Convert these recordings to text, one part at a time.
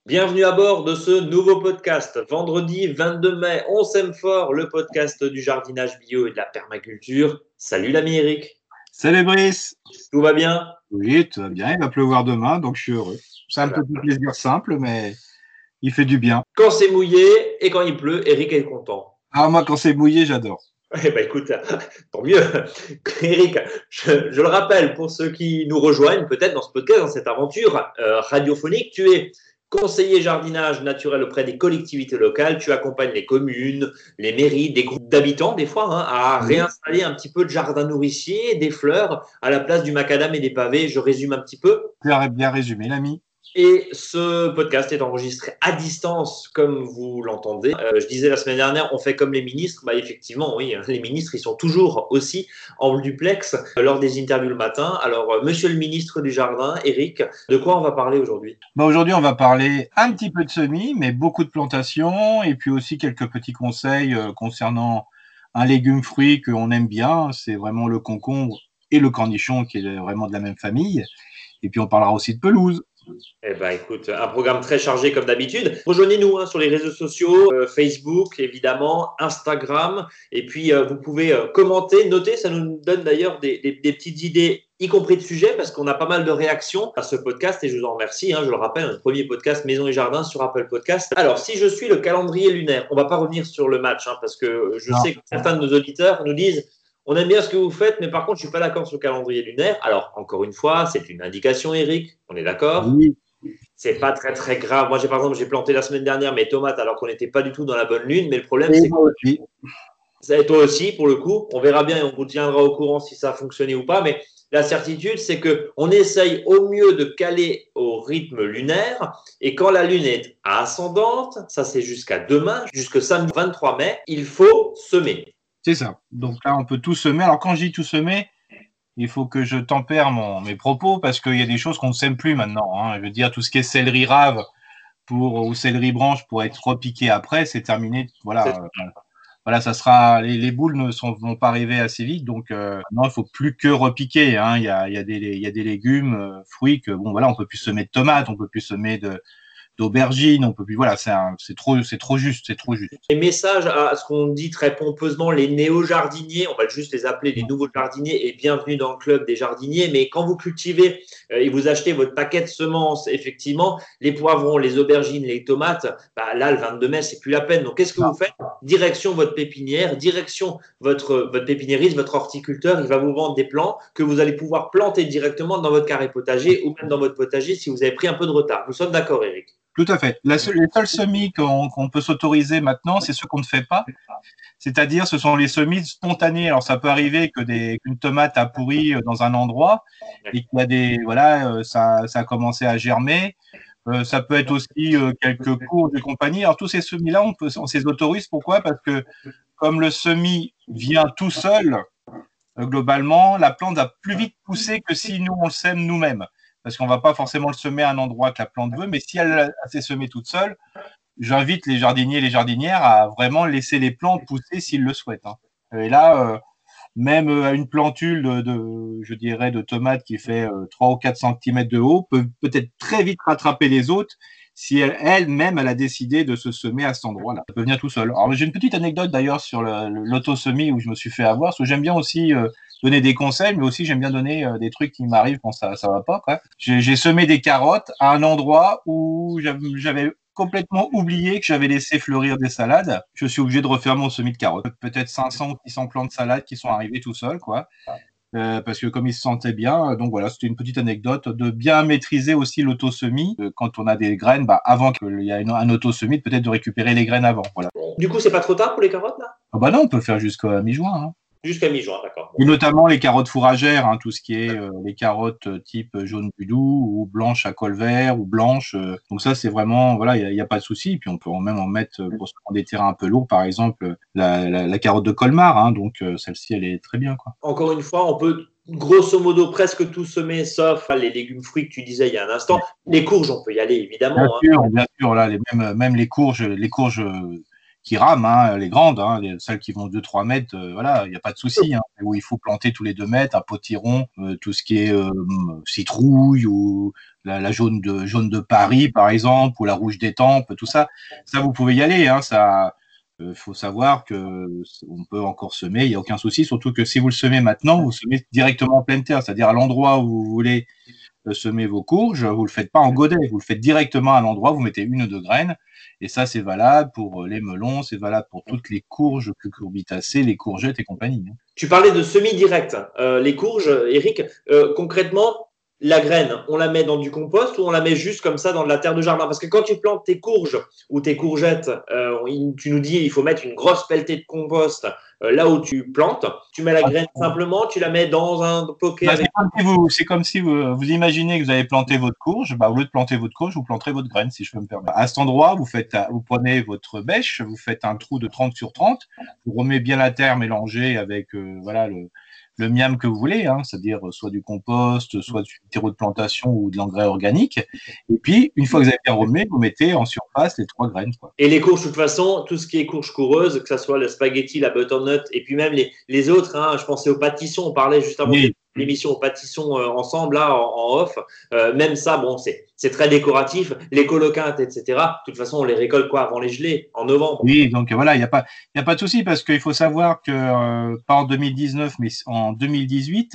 Bienvenue à bord de ce nouveau podcast. Vendredi 22 mai, on s'aime fort, le podcast du jardinage bio et de la permaculture. Salut l'ami Eric. Salut Brice. Tout va bien? Oui, tout va bien. Il va pleuvoir demain, donc je suis heureux. C'est un petit plaisir simple, mais il fait du bien. Quand c'est mouillé et quand il pleut, Eric est content. Ah, moi, quand c'est mouillé, j'adore. Eh ben écoute, tant mieux. Eric, je le rappelle pour ceux qui nous rejoignent peut-être dans ce podcast, dans cette aventure radiophonique, tu es conseiller jardinage naturel auprès des collectivités locales. Tu accompagnes les communes, les mairies, des groupes d'habitants des fois à réinstaller un petit peu de jardin nourricier, des fleurs à la place du macadam et des pavés. Je résume un petit peu. Bien résumé, l'ami. Et ce podcast est enregistré à distance, comme vous l'entendez. Je disais la semaine dernière, on fait comme les ministres. Bah, effectivement, oui, les ministres, ils sont toujours aussi en duplex lors des interviews le matin. Alors, monsieur le ministre du Jardin, Eric, de quoi on va parler aujourd'hui? Aujourd'hui, on va parler un petit peu de semis, mais beaucoup de plantations, et puis aussi quelques petits conseils concernant un légume-fruit qu'on aime bien. C'est vraiment le concombre et le cornichon, qui est vraiment de la même famille. Et puis, on parlera aussi de pelouse. Eh ben, écoute, un programme très chargé comme d'habitude. Rejoignez-nous sur les réseaux sociaux, Facebook évidemment, Instagram, et puis vous pouvez commenter, noter. Ça nous donne d'ailleurs des petites idées, y compris de sujets, parce qu'on a pas mal de réactions à ce podcast et je vous en remercie. Je le rappelle, notre premier podcast Maison et Jardin sur Apple Podcast. Alors, si je suis le calendrier lunaire, on va pas revenir sur le match, parce que je sais que certains de nos auditeurs nous disent. On aime bien ce que vous faites, mais par contre, je ne suis pas d'accord sur le calendrier lunaire. Alors, encore une fois, c'est une indication, Eric. On est d'accord? Oui. C'est pas très, très grave. Moi, par exemple, j'ai planté la semaine dernière mes tomates alors qu'on n'était pas du tout dans la bonne lune. Mais le problème, c'est que toi aussi, pour le coup, on verra bien et on vous tiendra au courant si ça a fonctionné ou pas. Mais la certitude, c'est qu'on essaye au mieux de caler au rythme lunaire. Et quand la lune est ascendante, ça c'est jusqu'à demain, jusqu'à samedi 23 mai, il faut semer. C'est ça. Donc là, on peut tout semer. Alors, quand je dis tout semer, il faut que je tempère mes propos parce qu'il y a des choses qu'on ne sème plus maintenant. Je veux dire, tout ce qui est céleri rave ou céleri branche pour être repiqué après, c'est terminé. Voilà, ça sera. Les boules vont pas arriver assez vite. Donc, non, il faut plus que repiquer. Il y a des légumes, fruits que, bon, voilà, on peut plus semer de tomates, on peut plus semer d'aubergines, on peut plus. Voilà, c'est trop juste. Les messages à ce qu'on dit très pompeusement les néo-jardiniers, on va juste les appeler les nouveaux jardiniers et bienvenue dans le club des jardiniers. Mais quand vous cultivez et vous achetez votre paquet de semences, effectivement, les poivrons, les aubergines, les tomates, là, le 22 mai, c'est plus la peine. Donc, qu'est-ce que vous faites? Direction votre pépinière, direction votre pépiniériste, votre horticulteur, il va vous vendre des plants que vous allez pouvoir planter directement dans votre carré potager ou même dans votre potager si vous avez pris un peu de retard. Nous sommes d'accord, Eric? Tout à fait. Les seuls semis qu'on peut s'autoriser maintenant, c'est ceux qu'on ne fait pas. C'est-à-dire, ce sont les semis spontanés. Alors, ça peut arriver qu'une tomate a pourri dans un endroit et qu'il y a ça a commencé à germer. Ça peut être aussi quelques courges et compagnie. Alors, tous ces semis-là, on s'y autorise. Pourquoi? Parce que comme le semis vient tout seul, globalement, la plante va plus vite pousser que si nous, on le sème nous-mêmes. Parce qu'on ne va pas forcément le semer à un endroit que la plante veut, mais si elle s'est semée toute seule, j'invite les jardiniers et les jardinières à vraiment laisser les plantes pousser s'ils le souhaitent. Et là, même une plantule je dirais, de tomates qui fait 3 ou 4 cm de haut peut peut-être très vite rattraper les autres si elle-même, elle a décidé de se semer à cet endroit-là. Ça peut venir tout seul. Alors, j'ai une petite anecdote d'ailleurs sur l'autosemie où je me suis fait avoir, parce que j'aime bien aussi donner des conseils, mais aussi j'aime bien donner des trucs qui m'arrivent quand ça va pas. J'ai semé des carottes à un endroit où j'avais complètement oublié que j'avais laissé fleurir des salades. Je suis obligé de refaire mon semis de carottes. Peut-être 500 ou 600 plants de salade qui sont arrivés tout seuls, parce que comme ils se sentaient bien, donc voilà, c'était une petite anecdote de bien maîtriser aussi l'autosemie quand on a des graines, avant qu'il y ait un autosemie, peut-être de récupérer les graines avant. Voilà. Du coup, c'est pas trop tard pour les carottes là? Non, on peut faire jusqu'à mi-juin. Jusqu'à mi-juin, d'accord. Et notamment les carottes fourragères, tout ce qui est les carottes type jaune budou ou blanche à col vert ou blanche. Donc ça, c'est vraiment, voilà, il n'y a pas de souci. Puis on peut même en mettre pour se prendre des terrains un peu lourds, par exemple, la carotte de Colmar. Donc celle-ci, elle est très bien. Encore une fois, on peut grosso modo presque tout semer, sauf les légumes fruits que tu disais il y a un instant. Les courges, on peut y aller, évidemment. Bien sûr, là, même les courges qui rament, hein, les grandes, hein, celles qui vont 2-3 mètres, voilà, il n'y a pas de souci, hein, où il faut planter tous les 2 mètres, un potiron, tout ce qui est citrouille ou la jaune de Paris, par exemple, ou la rouge d'Étampes, tout ça, vous pouvez y aller, hein, ça. Faut savoir que on peut encore semer, il n'y a aucun souci, surtout que si vous le semez maintenant, vous semez directement en pleine terre, c'est-à-dire à l'endroit où vous voulez semer vos courges, vous le faites pas en godet, vous le faites directement à l'endroit, vous mettez 1 ou 2 graines, et ça c'est valable pour les melons, c'est valable pour toutes les courges cucurbitacées, les courgettes et compagnie. Tu parlais de semis direct, les courges, Eric, concrètement, la graine, on la met dans du compost ou on la met juste comme ça dans de la terre de jardin? Parce que quand tu plantes tes courges ou tes courgettes, tu nous dis il faut mettre une grosse pelletée de compost là où tu plantes. Tu mets la graine simplement, tu la mets dans un poquet. C'est comme si vous imaginez que vous avez planté votre courge. Au lieu de planter votre courge, vous planterez votre graine, si je peux me permettre. À cet endroit, vous prenez votre bêche, vous faites un trou de 30 sur 30, vous remettez bien la terre mélangée avec le miam que vous voulez, hein, c'est-à-dire soit du compost, soit du terreau de plantation ou de l'engrais organique. Et puis, une fois que vous avez bien remis, vous mettez en surface les 3 graines. Quoi. Et les courges, de toute façon, tout ce qui est courge coureuse, que ce soit le spaghetti, la butternut, et puis même les autres, hein, je pensais aux pâtissons, on parlait juste avant l'émission aux pâtissons ensemble, là, en off. Même ça, bon, c'est très décoratif. Les coloquintes, etc., de toute façon, on les récolte avant les gelées, en novembre. Oui, donc voilà, il n'y a pas de souci parce qu'il faut savoir que, pas en 2019, mais en 2018,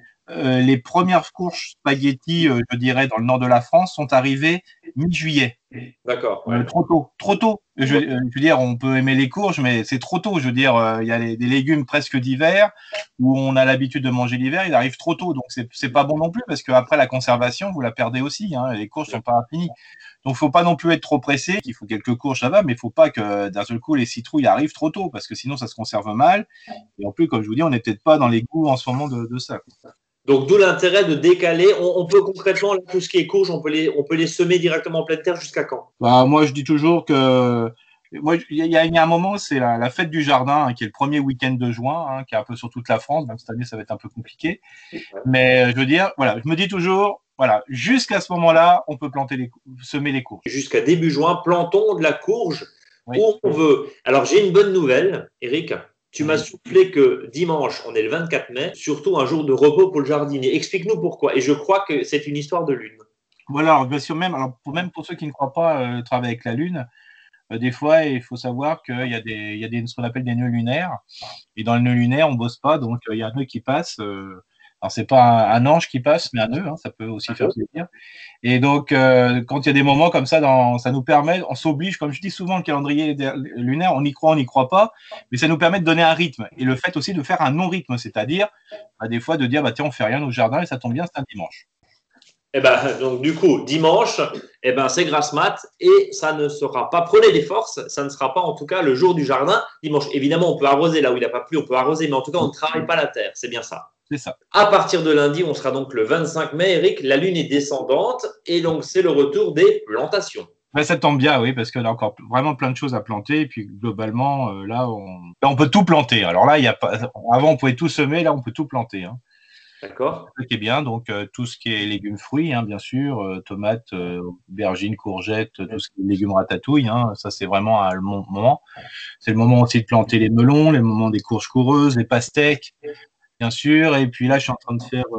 les premières courges spaghetti, je dirais, dans le nord de la France, sont arrivées mi-juillet. D'accord. Ouais. Trop tôt. Je veux dire, on peut aimer les courges, mais c'est trop tôt. Je veux dire, il y a des légumes presque d'hiver où on a l'habitude de manger l'hiver, ils arrivent trop tôt, donc c'est pas bon non plus parce qu'après la conservation, vous la perdez aussi. Hein, les courges sont pas finies. Donc, faut pas non plus être trop pressé. Il faut quelques courges, ça va, mais il faut pas que d'un seul coup les citrouilles arrivent trop tôt parce que sinon ça se conserve mal. Et en plus, comme je vous dis, on n'est peut-être pas dans les goûts en ce moment de ça. Donc, d'où l'intérêt de décaler. On peut concrètement, là, tout ce qui est courge, on peut les semer directement en pleine terre jusqu'à quand? Moi, je dis toujours que il y a un moment, c'est la fête du jardin, hein, qui est le premier week-end de juin, hein, qui est un peu sur toute la France. Donc, cette année, ça va être un peu compliqué. Mais je veux dire, voilà, je me dis toujours, voilà, jusqu'à ce moment-là, on peut semer les courges. Jusqu'à début juin, plantons de la courge où on veut. Alors, j'ai une bonne nouvelle, Eric. Tu m'as soufflé que dimanche, on est le 24 mai, surtout un jour de repos pour le jardinier. Explique-nous pourquoi. Et je crois que c'est une histoire de lune. Voilà, alors bien sûr, même pour ceux qui ne croient pas travailler avec la lune, des fois, il faut savoir qu'il y a ce qu'on appelle des nœuds lunaires. Et dans le nœud lunaire, on bosse pas, donc il y a un nœud qui passe. Alors, c'est pas un ange qui passe, mais un nœud, hein, ça peut aussi faire plaisir. Et donc, quand il y a des moments comme ça, ça nous permet, on s'oblige, comme je dis souvent, le calendrier lunaire, on y croit, on n'y croit pas, mais ça nous permet de donner un rythme. Et le fait aussi de faire un non-rythme, c'est-à-dire, des fois, de dire, tiens, on fait rien au jardin et ça tombe bien, c'est un dimanche. Donc du coup, dimanche, c'est grasse mat et ça ne sera pas, prenez des forces, ça ne sera pas en tout cas le jour du jardin. Dimanche, évidemment, on peut arroser là où il n'a pas plu, on peut arroser, mais en tout cas, on ne travaille pas la terre, c'est bien ça. C'est ça. À partir de lundi, on sera donc le 25 mai, Eric, la lune est descendante et donc c'est le retour des plantations. Ça tombe bien, oui, parce qu'on a encore vraiment plein de choses à planter. Et puis globalement, là, on peut tout planter. Alors là, avant, on pouvait tout semer, là, on peut tout planter. Hein. D'accord. Ce qui est bien, donc tout ce qui est légumes, fruits, hein, bien sûr, tomates, aubergines, courgettes, tout ce qui est légumes ratatouille, hein, ça c'est vraiment le moment. C'est le moment aussi de planter les melons, le moment des courges coureuses, les pastèques, bien sûr. Et puis là, je suis en train de faire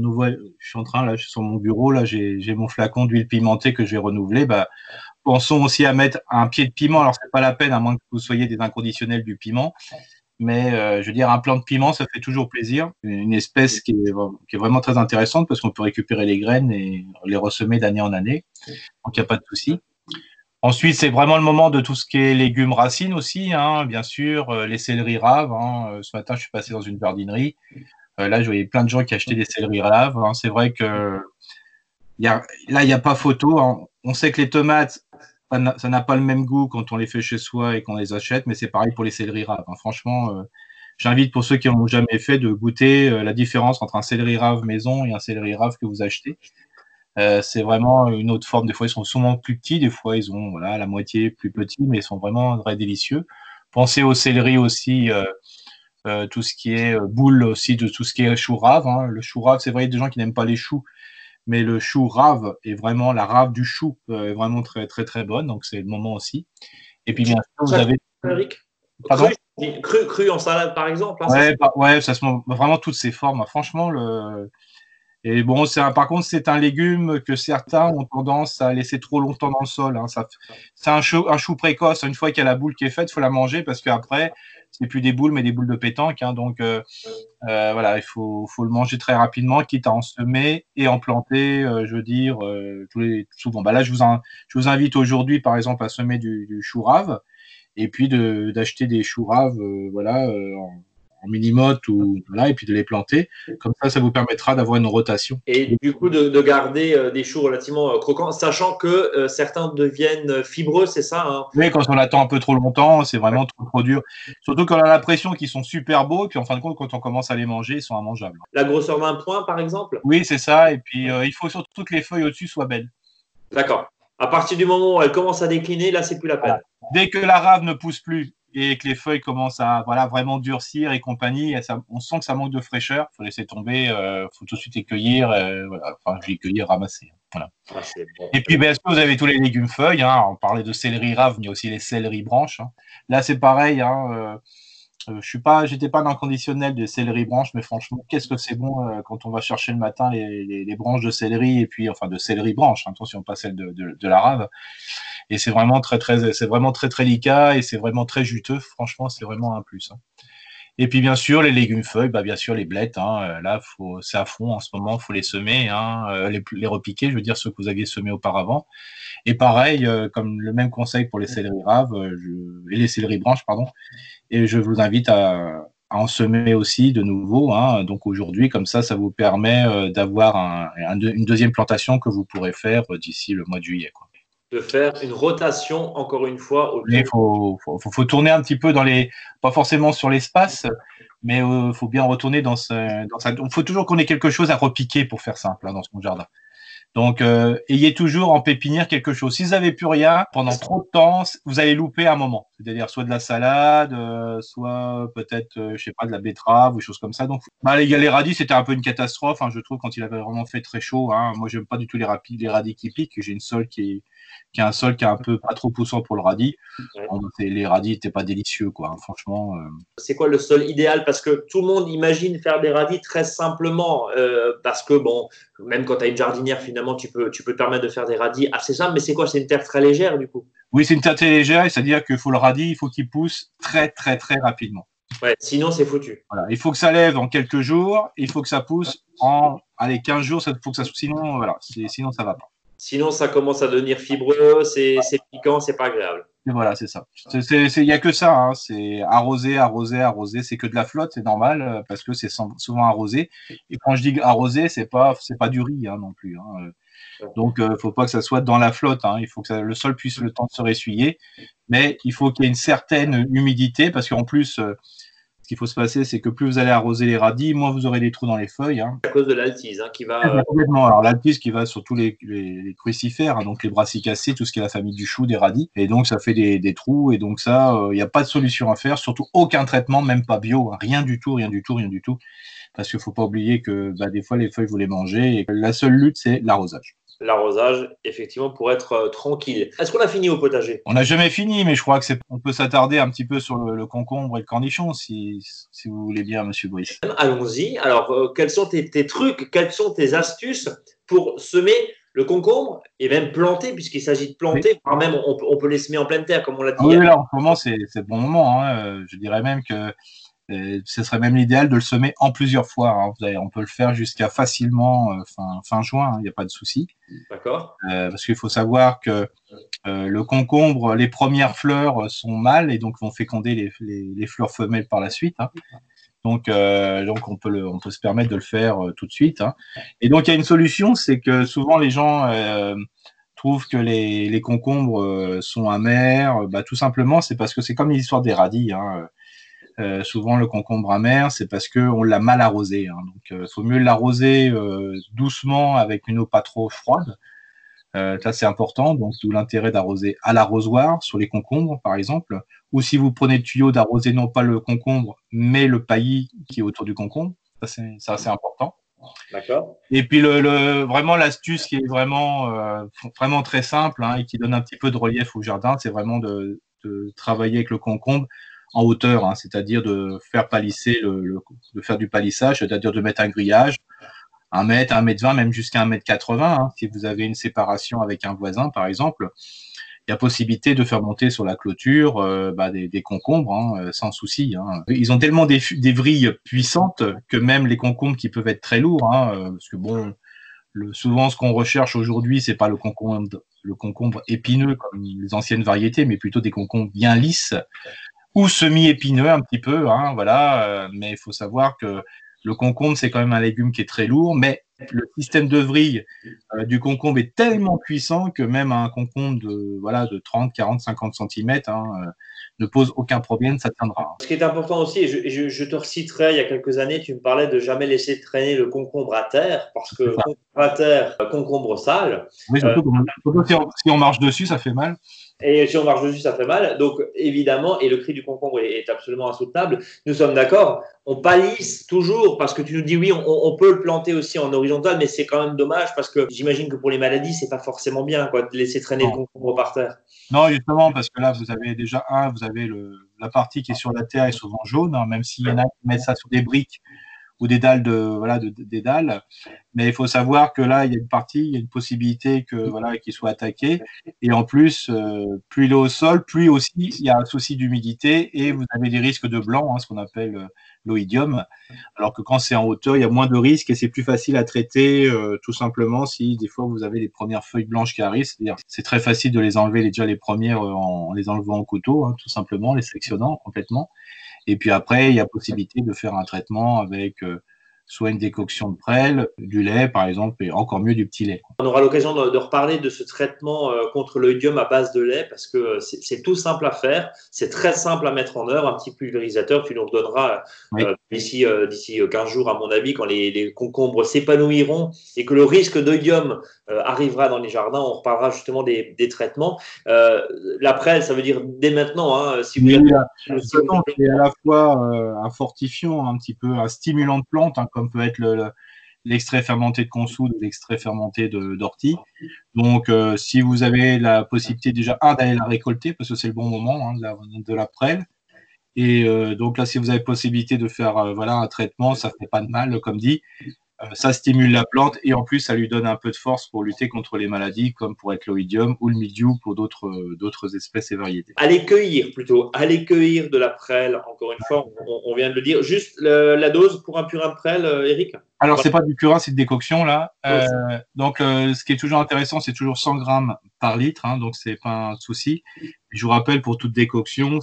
là, je suis sur mon bureau, là, j'ai mon flacon d'huile pimentée que je vais renouveler. Pensons aussi à mettre un pied de piment. Alors, c'est pas la peine, à moins que vous soyez des inconditionnels du piment. Mais je veux dire, un plant de piment, ça fait toujours plaisir. Une espèce qui est vraiment très intéressante parce qu'on peut récupérer les graines et les ressemer d'année en année. Donc, il n'y a pas de souci. Ensuite, c'est vraiment le moment de tout ce qui est légumes racines aussi, hein, bien sûr, les céleris raves. Hein. Ce matin, je suis passé dans une jardinerie. Là, je voyais plein de gens qui achetaient des céleris raves. Hein. C'est vrai que là, il n'y a pas photo. Hein. On sait que les tomates, ça n'a pas le même goût quand on les fait chez soi et qu'on les achète, mais c'est pareil pour les céleris raves. Hein. Franchement, j'invite pour ceux qui n'en ont jamais fait de goûter la différence entre un céleri rave maison et un céleri rave que vous achetez. C'est vraiment une autre forme. Des fois, ils sont souvent plus petits, des fois, ils ont la moitié plus petits, mais ils sont vraiment très délicieux. Pensez au céleri aussi, tout ce qui est boule aussi, de tout ce qui est chou rave. Hein. Le chou rave, c'est vrai, il y a des gens qui n'aiment pas les choux, mais le chou rave est vraiment, la rave du chou est vraiment très, très, très bonne. Donc, c'est le moment aussi. Et puis, bien sûr, vous avez Eric? Pardon? Cru en salade, par exemple. Ouais, ouais, ça se mange vraiment toutes ces formes. Franchement, et bon, par contre, c'est un légume que certains ont tendance à laisser trop longtemps dans le sol. C'est un chou précoce. Une fois qu'il y a la boule qui est faite, il faut la manger parce qu'après, c'est plus des boules, mais des boules de pétanque. Donc, voilà, il faut le manger très rapidement, quitte à en semer et en planter, je veux dire, souvent. Là, je vous invite aujourd'hui, par exemple, à semer du chou rave et puis d'acheter des choux raves, voilà, en mini-motte voilà, et puis de les planter. Comme ça vous permettra d'avoir une rotation. Et du coup, de garder des choux relativement croquants, sachant que certains deviennent fibreux, c'est ça, hein? Oui, quand on attend un peu trop longtemps, c'est vraiment trop dur. Surtout quand on a l'impression qu'ils sont super beaux, et puis en fin de compte, quand on commence à les manger, ils sont immangeables. La grosseur d'un poing, par exemple? Oui, c'est ça. Et puis, il faut surtout que les feuilles au-dessus soient belles. D'accord. À partir du moment où elle commence à décliner, là, c'est plus la peine. Voilà. Dès que la rave ne pousse plus et que les feuilles commencent à vraiment durcir et compagnie, on sent que ça manque de fraîcheur. Il faut laisser tomber, faut tout de suite les cueillir. Voilà. Enfin, je vais cueillir, ramasser. Voilà. Bon. Et puis, bien sûr, vous avez tous les légumes feuilles. On parlait de céleri rave, mais il y a aussi les céleri branches. Là, c'est pareil. J'étais pas dans le conditionnel de céleri branches, mais franchement, qu'est-ce que c'est bon quand on va chercher le matin les branches de céleri et puis enfin de céleri branche. Attention, pas celle de la rave. Et c'est vraiment très délicat et c'est vraiment très juteux. Franchement, c'est vraiment un plus. Et puis bien sûr les légumes feuilles, bien sûr les blettes. Là, c'est à fond en ce moment. Faut les semer, les repiquer. Je veux dire ceux que vous aviez semés auparavant. Et pareil, comme le même conseil pour les céleri raves et les céleri branches, pardon. Et je vous invite à en semer aussi de nouveau. Donc aujourd'hui, comme ça vous permet d'avoir une deuxième plantation que vous pourrez faire d'ici le mois de juillet, quoi. De faire une rotation, encore une fois. Il faut tourner un petit peu pas forcément sur l'espace, mais il faut bien retourner dans ça. Il faut toujours qu'on ait quelque chose à repiquer pour faire simple dans son jardin. Donc, ayez toujours en pépinière quelque chose. Si vous n'avez plus rien, pendant trop de temps, vous allez louper un moment. C'est-à-dire soit de la salade, soit peut-être, je sais pas, de la betterave ou des choses comme ça. Donc, les radis, c'était un peu une catastrophe, je trouve, quand il avait vraiment fait très chaud. Moi, j'aime pas du tout les radis qui piquent. J'ai une sol qui a un sol qui est un peu pas trop poussant pour le radis. Ouais. Les radis n'étaient pas délicieux, quoi. Franchement. C'est quoi le sol idéal? Parce que tout le monde imagine faire des radis très simplement, parce que bon, même quand tu as une jardinière, finalement, tu peux te permettre de faire des radis assez simples. Mais c'est quoi? C'est une terre très légère, du coup? Oui, c'est une terre très légère, c'est-à-dire qu'il faut le radis, il faut qu'il pousse très, très, très rapidement. Ouais, sinon, c'est foutu. Voilà. Il faut que ça lève en quelques jours, il faut que ça pousse en 15 jours, sinon, voilà, sinon ça va pas. Sinon, ça commence à devenir fibreux, c'est piquant, c'est pas agréable. Et voilà, c'est ça. Il n'y a que ça. C'est arroser, arroser, arroser. C'est que de la flotte, c'est normal parce que c'est souvent arrosé. Et quand je dis arroser, c'est pas du riz non plus. Donc, faut pas que ça soit dans la flotte. Il faut que le sol puisse le temps de se ressuyer. Mais il faut qu'il y ait une certaine humidité parce qu'en plus, ce qu'il faut se passer, c'est que plus vous allez arroser les radis, moins vous aurez des trous dans les feuilles. À cause de l'altise qui va. Complètement. Alors l'altise qui va sur tous les crucifères, donc les brassicacées, tout ce qui est la famille du chou, des radis. Et donc ça fait des trous. Et donc ça, il n'y a pas de solution à faire, surtout aucun traitement, même pas bio, rien du tout. Parce qu'il ne faut pas oublier que des fois les feuilles vous les mangez. Et la seule lutte, c'est l'arrosage. L'arrosage, effectivement, pour être tranquille. Est-ce qu'on a fini au potager? On n'a jamais fini, mais je crois que on peut s'attarder un petit peu sur le concombre et le cornichon, si vous voulez bien, Monsieur Brice. Allons-y. Alors, quels sont tes trucs, quelles sont tes astuces pour semer le concombre et même planter, puisqu'il s'agit de planter, voire même on peut les semer en pleine terre, comme on l'a dit. Oui, là, en ce moment, c'est le bon moment. Je dirais même que ce serait même l'idéal de le semer en plusieurs fois. On peut le faire jusqu'à facilement fin juin, il n'y a pas de souci. D'accord. Parce qu'il faut savoir que le concombre, les premières fleurs sont mâles et donc vont féconder les fleurs femelles par la suite. Donc on peut se permettre de le faire tout de suite. Et donc il y a une solution, c'est que souvent les gens trouvent que les concombres sont amers. Tout simplement, c'est parce que c'est comme l'histoire des radis. Souvent le concombre amer, c'est parce qu'on l'a mal arrosé. Donc, faut mieux l'arroser doucement avec une eau pas trop froide. Ça, c'est important. Donc, d'où l'intérêt d'arroser à l'arrosoir sur les concombres, par exemple. Ou si vous prenez le tuyau, d'arroser non pas le concombre, mais le paillis qui est autour du concombre. Ça, c'est assez important. D'accord. Et puis, vraiment, l'astuce qui est vraiment très simple et qui donne un petit peu de relief au jardin, c'est vraiment de travailler avec le concombre en hauteur, hein, c'est-à-dire de faire palisser de faire du palissage, c'est-à-dire de mettre un grillage, 1 mètre, 1,20 m, même jusqu'à 1,80 m, hein, si vous avez une séparation avec un voisin, par exemple. Il y a possibilité de faire monter sur la clôture des concombres, hein, sans souci. Hein. Ils ont tellement des vrilles puissantes que même les concombres qui peuvent être très lourds, hein, parce que bon, souvent ce qu'on recherche aujourd'hui, c'est pas le concombre épineux comme les anciennes variétés, mais plutôt des concombres bien lisses ou semi-épineux un petit peu. Hein, voilà. Mais il faut savoir que le concombre, c'est quand même un légume qui est très lourd, mais le système de vrille du concombre est tellement puissant que même un concombre de 30, 40, 50 cm ne pose aucun problème, ça tiendra. Ce qui est important aussi, et je te reciterai, il y a quelques années, tu me parlais de jamais laisser traîner le concombre à terre, parce que concombre à terre, concombre sale. Oui, surtout si on marche dessus, ça fait mal. Et si on marche dessus, ça fait mal. Donc, évidemment, et le cri du concombre est absolument insoutenable. Nous sommes d'accord. On palisse toujours parce que tu nous dis oui, on peut le planter aussi en horizontal, mais c'est quand même dommage parce que j'imagine que pour les maladies, c'est pas forcément bien quoi, de laisser traîner le concombre par terre. Non, justement, parce que là, vous avez déjà vous avez la partie qui est sur la terre est souvent jaune, hein, même s'il y en a qui mettent ça sur des briques ou des dalles des dalles. Mais il faut savoir que là, il y a une possibilité qu'il soit attaqué. Et en plus, plus il est au sol, plus aussi il y a un souci d'humidité et vous avez des risques de blanc, hein, ce qu'on appelle l'oïdium. Alors que quand c'est en hauteur, il y a moins de risques et c'est plus facile à traiter, tout simplement si des fois vous avez les premières feuilles blanches qui arrivent. C'est-à-dire, c'est très facile de les enlever déjà les premières en les enlevant au couteau, hein, tout simplement, les sectionnant complètement. Et puis après, il y a possibilité de faire un traitement avec soit une décoction de prêle, du lait par exemple, et encore mieux du petit lait. On aura l'occasion de reparler de ce traitement contre l'oïdium à base de lait parce que c'est tout simple à faire, c'est très simple à mettre en œuvre, un petit pulvérisateur, tu nous redonneras d'ici 15 jours à mon avis quand les concombres s'épanouiront et que le risque d'oïdium arrivera dans les jardins, on reparlera justement des traitemements. La prêle, ça veut dire dès maintenant, hein, c'est à la fois un fortifiant, un petit peu un stimulant de plante, hein, comme peut être l'extrait fermenté de consoude, l'extrait fermenté d'ortie. Donc, si vous avez la possibilité déjà, d'aller la récolter, parce que c'est le bon moment, hein, de la prêle. Et donc là, si vous avez possibilité de faire un traitement, ça fait pas de mal, comme dit. Ça stimule la plante et en plus, ça lui donne un peu de force pour lutter contre les maladies, comme pour être l'oïdium ou le mildiou pour d'autres espèces et variétés. Allez cueillir plutôt, allez cueillir de la prêle. Encore une fois, on vient de le dire. Juste la dose pour un purin de prêle, Eric? Alors, c'est pas du purin, c'est de décoction là. Donc, ce qui est toujours intéressant, c'est toujours 100 grammes par litre, hein, donc c'est pas un souci. Je vous rappelle, pour toute décoction,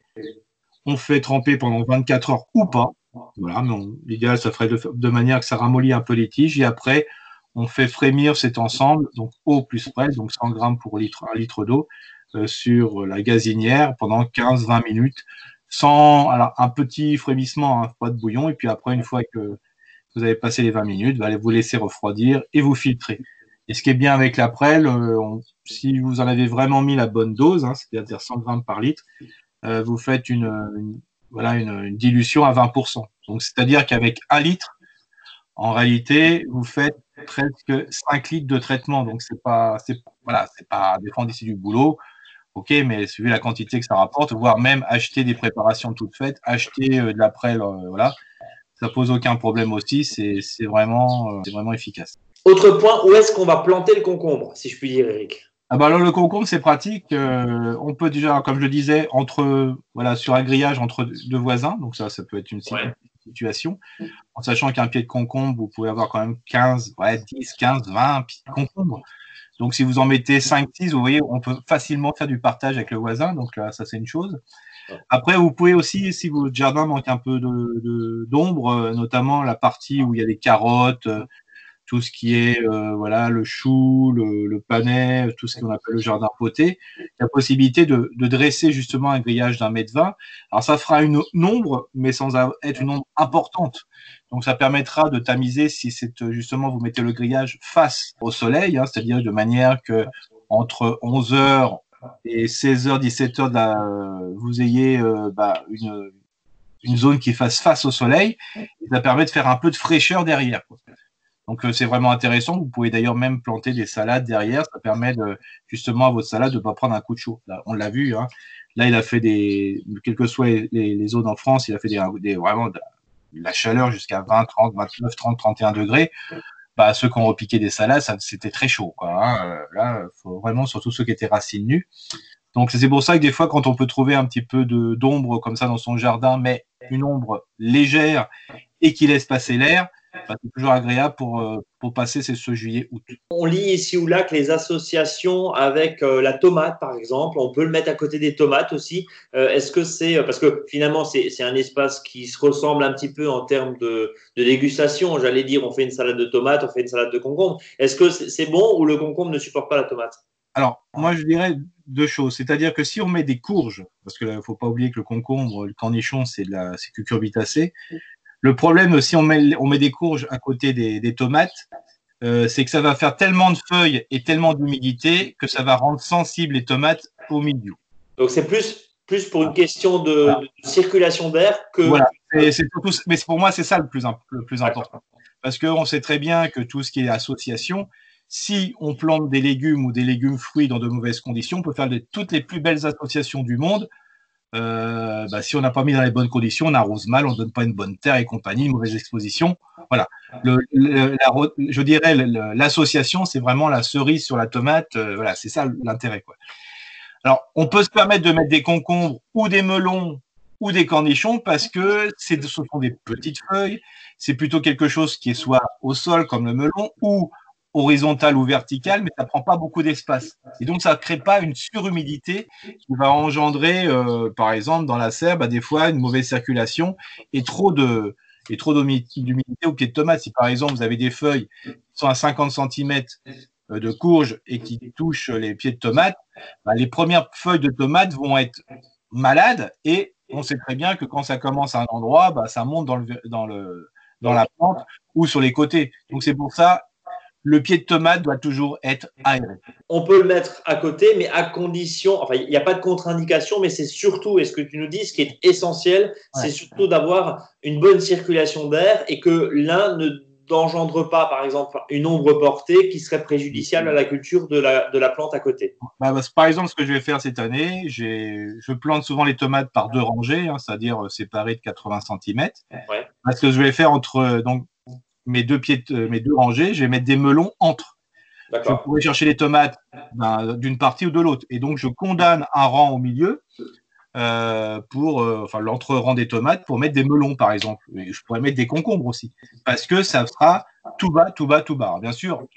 on fait tremper pendant 24 heures ou pas. Voilà, mais l'idéal, ça ferait de manière que ça ramollit un peu les tiges. Et après, on fait frémir cet ensemble, donc eau plus prêle, donc 100 grammes pour 1 litre d'eau, sur la gazinière pendant 15-20 minutes, alors un petit frémissement, hein, pas de bouillon. Et puis après, une fois que vous avez passé les 20 minutes, vous allez vous laisser refroidir et vous filtrer. Et ce qui est bien avec la prêle, si vous en avez vraiment mis la bonne dose, hein, c'est-à-dire 100 grammes par litre, vous faites une dilution à 20%. Donc, c'est-à-dire qu'avec 1 litre, en réalité, vous faites presque 5 litres de traitement. Donc, c'est pas défendre ici du boulot. OK, mais vu la quantité que ça rapporte, voire même acheter des préparations toutes faites, acheter de la prêle, ça pose aucun problème aussi. C'est vraiment efficace. Autre point, où est-ce qu'on va planter le concombre, si je puis dire, Eric? Alors le concombre, c'est pratique. On peut déjà, comme je le disais, sur un grillage entre deux voisins. Donc ça peut être une situation. En sachant qu'un pied de concombre, vous pouvez avoir quand même 10, 15, 20 pieds de concombre. Donc si vous en mettez 5, 6, vous voyez, on peut facilement faire du partage avec le voisin. Donc là, ça c'est une chose. Après, vous pouvez aussi, si votre jardin manque un peu d'ombre, notamment la partie où il y a des carottes, tout ce qui est le chou, le panais, tout ce qu'on appelle le jardin poté, la possibilité de dresser justement un grillage d'1,20 m. Alors ça fera une ombre, mais sans être une ombre importante. Donc ça permettra de tamiser si justement vous mettez le grillage face au soleil, hein, c'est-à-dire de manière que entre 11h et 16h, 17h, vous ayez une zone qui fasse face au soleil. Et ça permet de faire un peu de fraîcheur derrière, quoi. Donc, c'est vraiment intéressant. Vous pouvez d'ailleurs même planter des salades derrière. Ça permet justement à votre salade de ne pas prendre un coup de chaud. Là, on l'a vu, hein, Là, il a fait quelles que soient les zones en France, il a fait vraiment de la chaleur jusqu'à 20, 30, 29, 30, 31 degrés. Bah, ceux qui ont repiqué des salades, c'était très chaud, quoi, hein. Là, faut vraiment, surtout ceux qui étaient racines nues. Donc, c'est pour ça que des fois, quand on peut trouver un petit peu d'ombre comme ça dans son jardin, mais une ombre légère et qui laisse passer l'air, bah, c'est toujours agréable pour passer ce juillet, août. On lit ici ou là que les associations avec la tomate, par exemple, on peut le mettre à côté des tomates aussi. Est-ce que c'est parce que finalement c'est un espace qui se ressemble un petit peu en termes de dégustation. J'allais dire, on fait une salade de tomates, on fait une salade de concombre. Est-ce que c'est bon ou le concombre ne supporte pas la tomate? Alors, moi, je dirais deux choses. C'est-à-dire que si on met des courges, parce qu'il ne faut pas oublier que le concombre, le cornichon, c'est cucurbitacée. Le problème, si on met des courges à côté des tomates, c'est que ça va faire tellement de feuilles et tellement d'humidité que ça va rendre sensibles les tomates au milieu. Donc, c'est plus pour une question de circulation d'air que… Voilà. Mais pour moi, c'est ça le plus important. Parce qu'on sait très bien que tout ce qui est association, si on plante des légumes ou des légumes fruits dans de mauvaises conditions, on peut faire toutes les plus belles associations du monde. Si on n'a pas mis dans les bonnes conditions, on arrose mal, on ne donne pas une bonne terre et compagnie, une mauvaise exposition. Voilà. Je dirais l'association, c'est vraiment la cerise sur la tomate. Voilà, c'est ça l'intérêt, quoi. Alors, on peut se permettre de mettre des concombres ou des melons ou des cornichons parce que ce sont des petites feuilles. C'est plutôt quelque chose qui est soit au sol comme le melon ou horizontal ou vertical, mais ça prend pas beaucoup d'espace. Et donc, ça ne crée pas une surhumidité qui va engendrer, par exemple, dans la serre, des fois, une mauvaise circulation et trop d'humidité au pied de tomate. Si, par exemple, vous avez des feuilles qui sont à 50 cm de courge et qui touchent les pieds de tomate, les premières feuilles de tomate vont être malades et on sait très bien que quand ça commence à un endroit, ça monte dans la plante ou sur les côtés. Donc, c'est pour ça le pied de tomate doit toujours être aéré. On peut le mettre à côté, mais à condition, enfin, il n'y a pas de contre-indication, mais c'est surtout, et ce que tu nous dis, ce qui est essentiel, c'est surtout d'avoir une bonne circulation d'air et que l'un n'engendre pas, par exemple, une ombre portée qui serait préjudiciable à la culture de la plante à côté. Par exemple, ce que je vais faire cette année, je plante souvent les tomates par 2 rangées, c'est-à-dire séparées de 80 cm. Ouais. Ce que je vais faire entre mes deux rangées, je vais mettre des melons entre. Je pourrais chercher les tomates d'une partie ou de l'autre. Et donc, je condamne un rang au milieu l'entre-rang des tomates pour mettre des melons, par exemple. Et je pourrais mettre des concombres aussi. Parce que ça sera tout bas, tout bas, tout bas. Alors, bien sûr,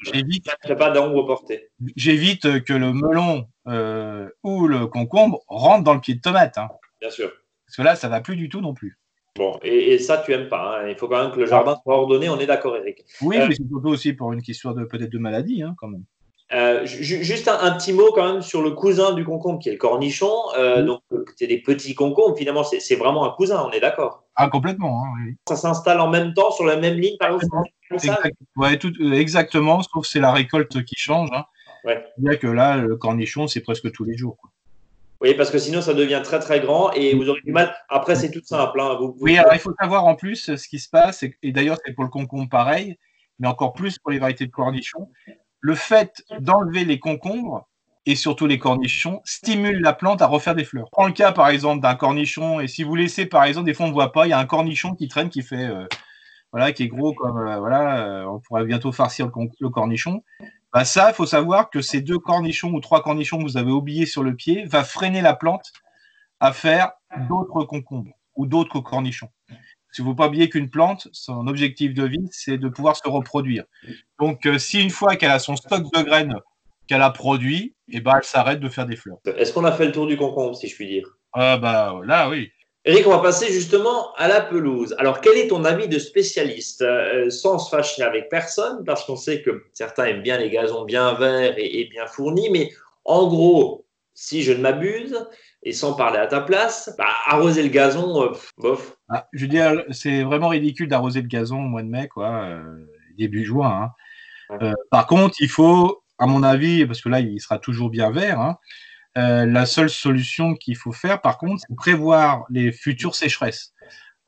j'évite que le melon ou le concombre rentre dans le pied de tomate. Bien sûr. Parce que là, ça ne va plus du tout non plus. Bon, et ça, tu n'aimes pas. Il faut quand même que le jardin soit ordonné, on est d'accord, Eric. Oui, mais c'est surtout aussi pour une question peut-être de maladie, quand même. Juste un petit mot quand même sur le cousin du concombre qui est le cornichon. Donc, c'est des petits concombres. Finalement, c'est vraiment un cousin, on est d'accord. Ah, complètement. Oui. Ça s'installe en même temps sur la même ligne, par exemple. Exactement, sauf que c'est la récolte qui change. Ouais. C'est-à-dire que là, le cornichon, c'est presque tous les jours. Oui, parce que sinon, ça devient très, très grand et vous aurez du mal. Après, c'est tout simple. Oui, alors il faut savoir en plus ce qui se passe, et d'ailleurs, c'est pour le concombre pareil, mais encore plus pour les variétés de cornichons. Le fait d'enlever les concombres et surtout les cornichons stimule la plante à refaire des fleurs. Prends le cas, par exemple, d'un cornichon, et si vous laissez, par exemple, des fois, on ne voit pas, il y a un cornichon qui traîne, qui fait, qui est gros comme, on pourrait bientôt farcir le cornichon. Ça, il faut savoir que ces 2 cornichons ou 3 cornichons que vous avez oubliés sur le pied va freiner la plante à faire d'autres concombres ou d'autres cornichons. Il ne faut pas oublier qu'une plante, son objectif de vie, c'est de pouvoir se reproduire. Donc, si une fois qu'elle a son stock de graines qu'elle a produit, elle s'arrête de faire des fleurs. Est-ce qu'on a fait le tour du concombre, si je puis dire? Là, oui. Eric, on va passer justement à la pelouse. Alors, quel est ton avis de spécialiste? Sans se fâcher avec personne, parce qu'on sait que certains aiment bien les gazons bien verts et bien fournis, mais en gros, si je ne m'abuse, et sans parler à ta place, arroser le gazon, bof. Je veux dire, c'est vraiment ridicule d'arroser le gazon au mois de mai, début juin. Ouais. Par contre, il faut, à mon avis, parce que là, il sera toujours bien vert, la seule solution qu'il faut faire, par contre, c'est prévoir les futures sécheresses.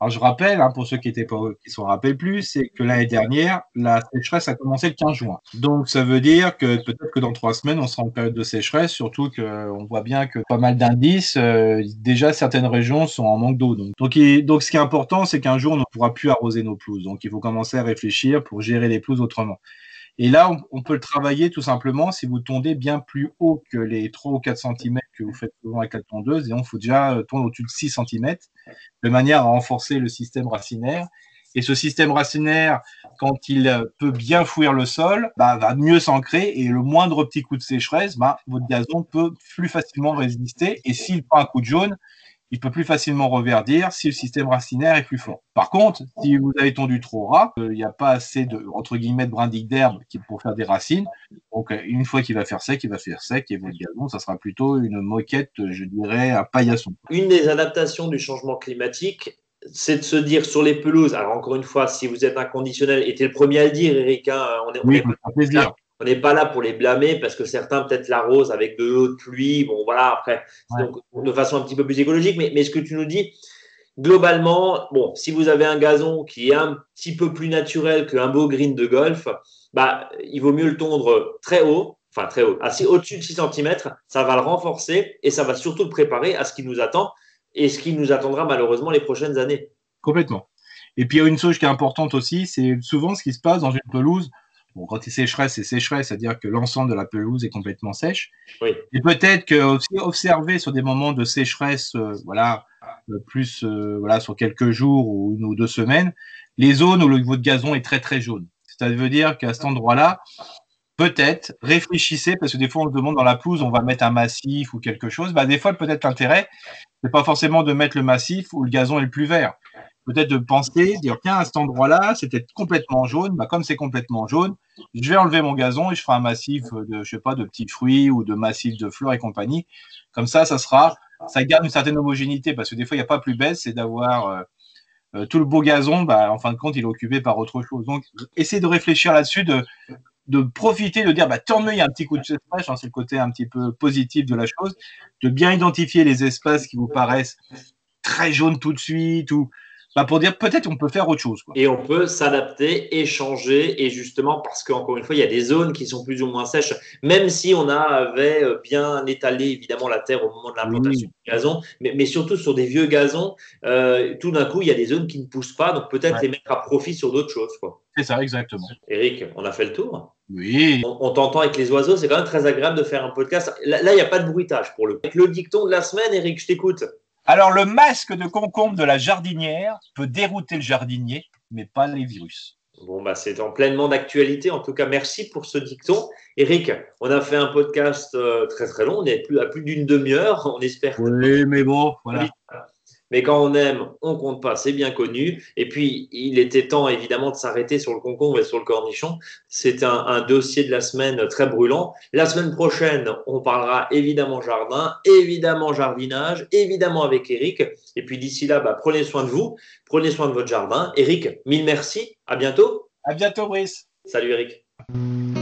Alors, je rappelle, pour ceux qui s'en rappellent plus, c'est que l'année dernière, la sécheresse a commencé le 15 juin. Donc, ça veut dire que peut-être que dans 3 semaines, on sera en période de sécheresse, surtout qu'on voit bien que pas mal d'indices, déjà, certaines régions sont en manque d'eau. Donc, ce qui est important, c'est qu'un jour, on ne pourra plus arroser nos pelouses. Donc, il faut commencer à réfléchir pour gérer les pelouses autrement. Et là, on peut le travailler tout simplement si vous tondez bien plus haut que les 3 ou 4 cm que vous faites souvent avec la tondeuse. Et il faut déjà tondre au-dessus de 6 cm de manière à renforcer le système racinaire. Et ce système racinaire, quand il peut bien fouiller le sol, va mieux s'ancrer et le moindre petit coup de sécheresse, votre gazon peut plus facilement résister. Et s'il prend un coup de jaune, il peut plus facilement reverdir si le système racinaire est plus fort. Par contre, si vous avez tondu trop ras, il n'y a pas assez de, entre guillemets, de brindilles d'herbe pour faire des racines. Donc, une fois qu'il va faire sec, il va faire sec et votre gazon, ça sera plutôt une moquette, je dirais, un paillasson. Une des adaptations du changement climatique, c'est de se dire sur les pelouses, alors encore une fois, si vous êtes inconditionnel, et tu es le premier à le dire, Eric, on n'est pas là pour les blâmer parce que certains peut-être l'arrosent avec de l'eau de pluie. Bon, voilà, après, donc, de façon un petit peu plus écologique. Mais ce que tu nous dis, globalement, bon, si vous avez un gazon qui est un petit peu plus naturel qu'un beau green de golf, il vaut mieux le tondre très haut, au-dessus de 6 cm. Ça va le renforcer et ça va surtout le préparer à ce qui nous attend et ce qui nous attendra malheureusement les prochaines années. Complètement. Et puis, il y a une chose qui est importante aussi, c'est souvent ce qui se passe dans une pelouse. Bon, quand c'est sécheresse, c'est-à-dire que l'ensemble de la pelouse est complètement sèche. Oui. Et peut-être que aussi observer sur des moments de sécheresse, sur quelques jours ou 1 ou 2 semaines, les zones où votre gazon est très très jaune. Ça veut dire qu'à cet endroit-là, peut-être réfléchissez, parce que des fois on se demande dans la pelouse, on va mettre un massif ou quelque chose. Des fois, peut-être l'intérêt, c'est pas forcément de mettre le massif où le gazon est le plus vert. Peut-être de penser, dire tiens, à cet endroit-là, c'était complètement jaune. Comme c'est complètement jaune, je vais enlever mon gazon et je ferai un massif de petits fruits ou de massifs de fleurs et compagnie. Comme ça garde une certaine homogénéité parce que des fois, il n'y a pas plus bête, c'est d'avoir tout le beau gazon. En fin de compte, il est occupé par autre chose. Donc, essayez de réfléchir là-dessus, de profiter, de dire tant mieux, il y a un petit coup de sécheresse, c'est le côté un petit peu positif de la chose, de bien identifier les espaces qui vous paraissent très jaunes tout de suite ou pour dire peut-être on peut faire autre chose. Et on peut s'adapter, échanger, et justement parce qu'encore une fois, il y a des zones qui sont plus ou moins sèches, même si on avait bien étalé évidemment la terre au moment de l'implantation du gazon, mais surtout sur des vieux gazons, tout d'un coup, il y a des zones qui ne poussent pas, donc peut-être les mettre à profit sur d'autres choses. C'est ça, exactement. Eric, on a fait le tour. Oui. On t'entend avec les oiseaux, c'est quand même très agréable de faire un podcast. Là, il n'y a pas de bruitage pour le coup. Avec le dicton de la semaine, Eric, je t'écoute. Alors, le masque de concombre de la jardinière peut dérouter le jardinier, mais pas les virus. Bon, c'est en pleinement d'actualité. En tout cas, merci pour ce dicton. Eric, on a fait un podcast très très long. On est à plus d'une demi-heure. On espère. Oui, mais bon, voilà. Mais quand on aime, on compte pas, c'est bien connu. Et puis, il était temps évidemment de s'arrêter sur le concombre et sur le cornichon. C'est un dossier de la semaine très brûlant. La semaine prochaine, on parlera évidemment jardin, évidemment jardinage, évidemment avec Eric. Et puis d'ici là, prenez soin de vous, prenez soin de votre jardin. Eric, mille merci. À bientôt. À bientôt, Brice. Salut Eric.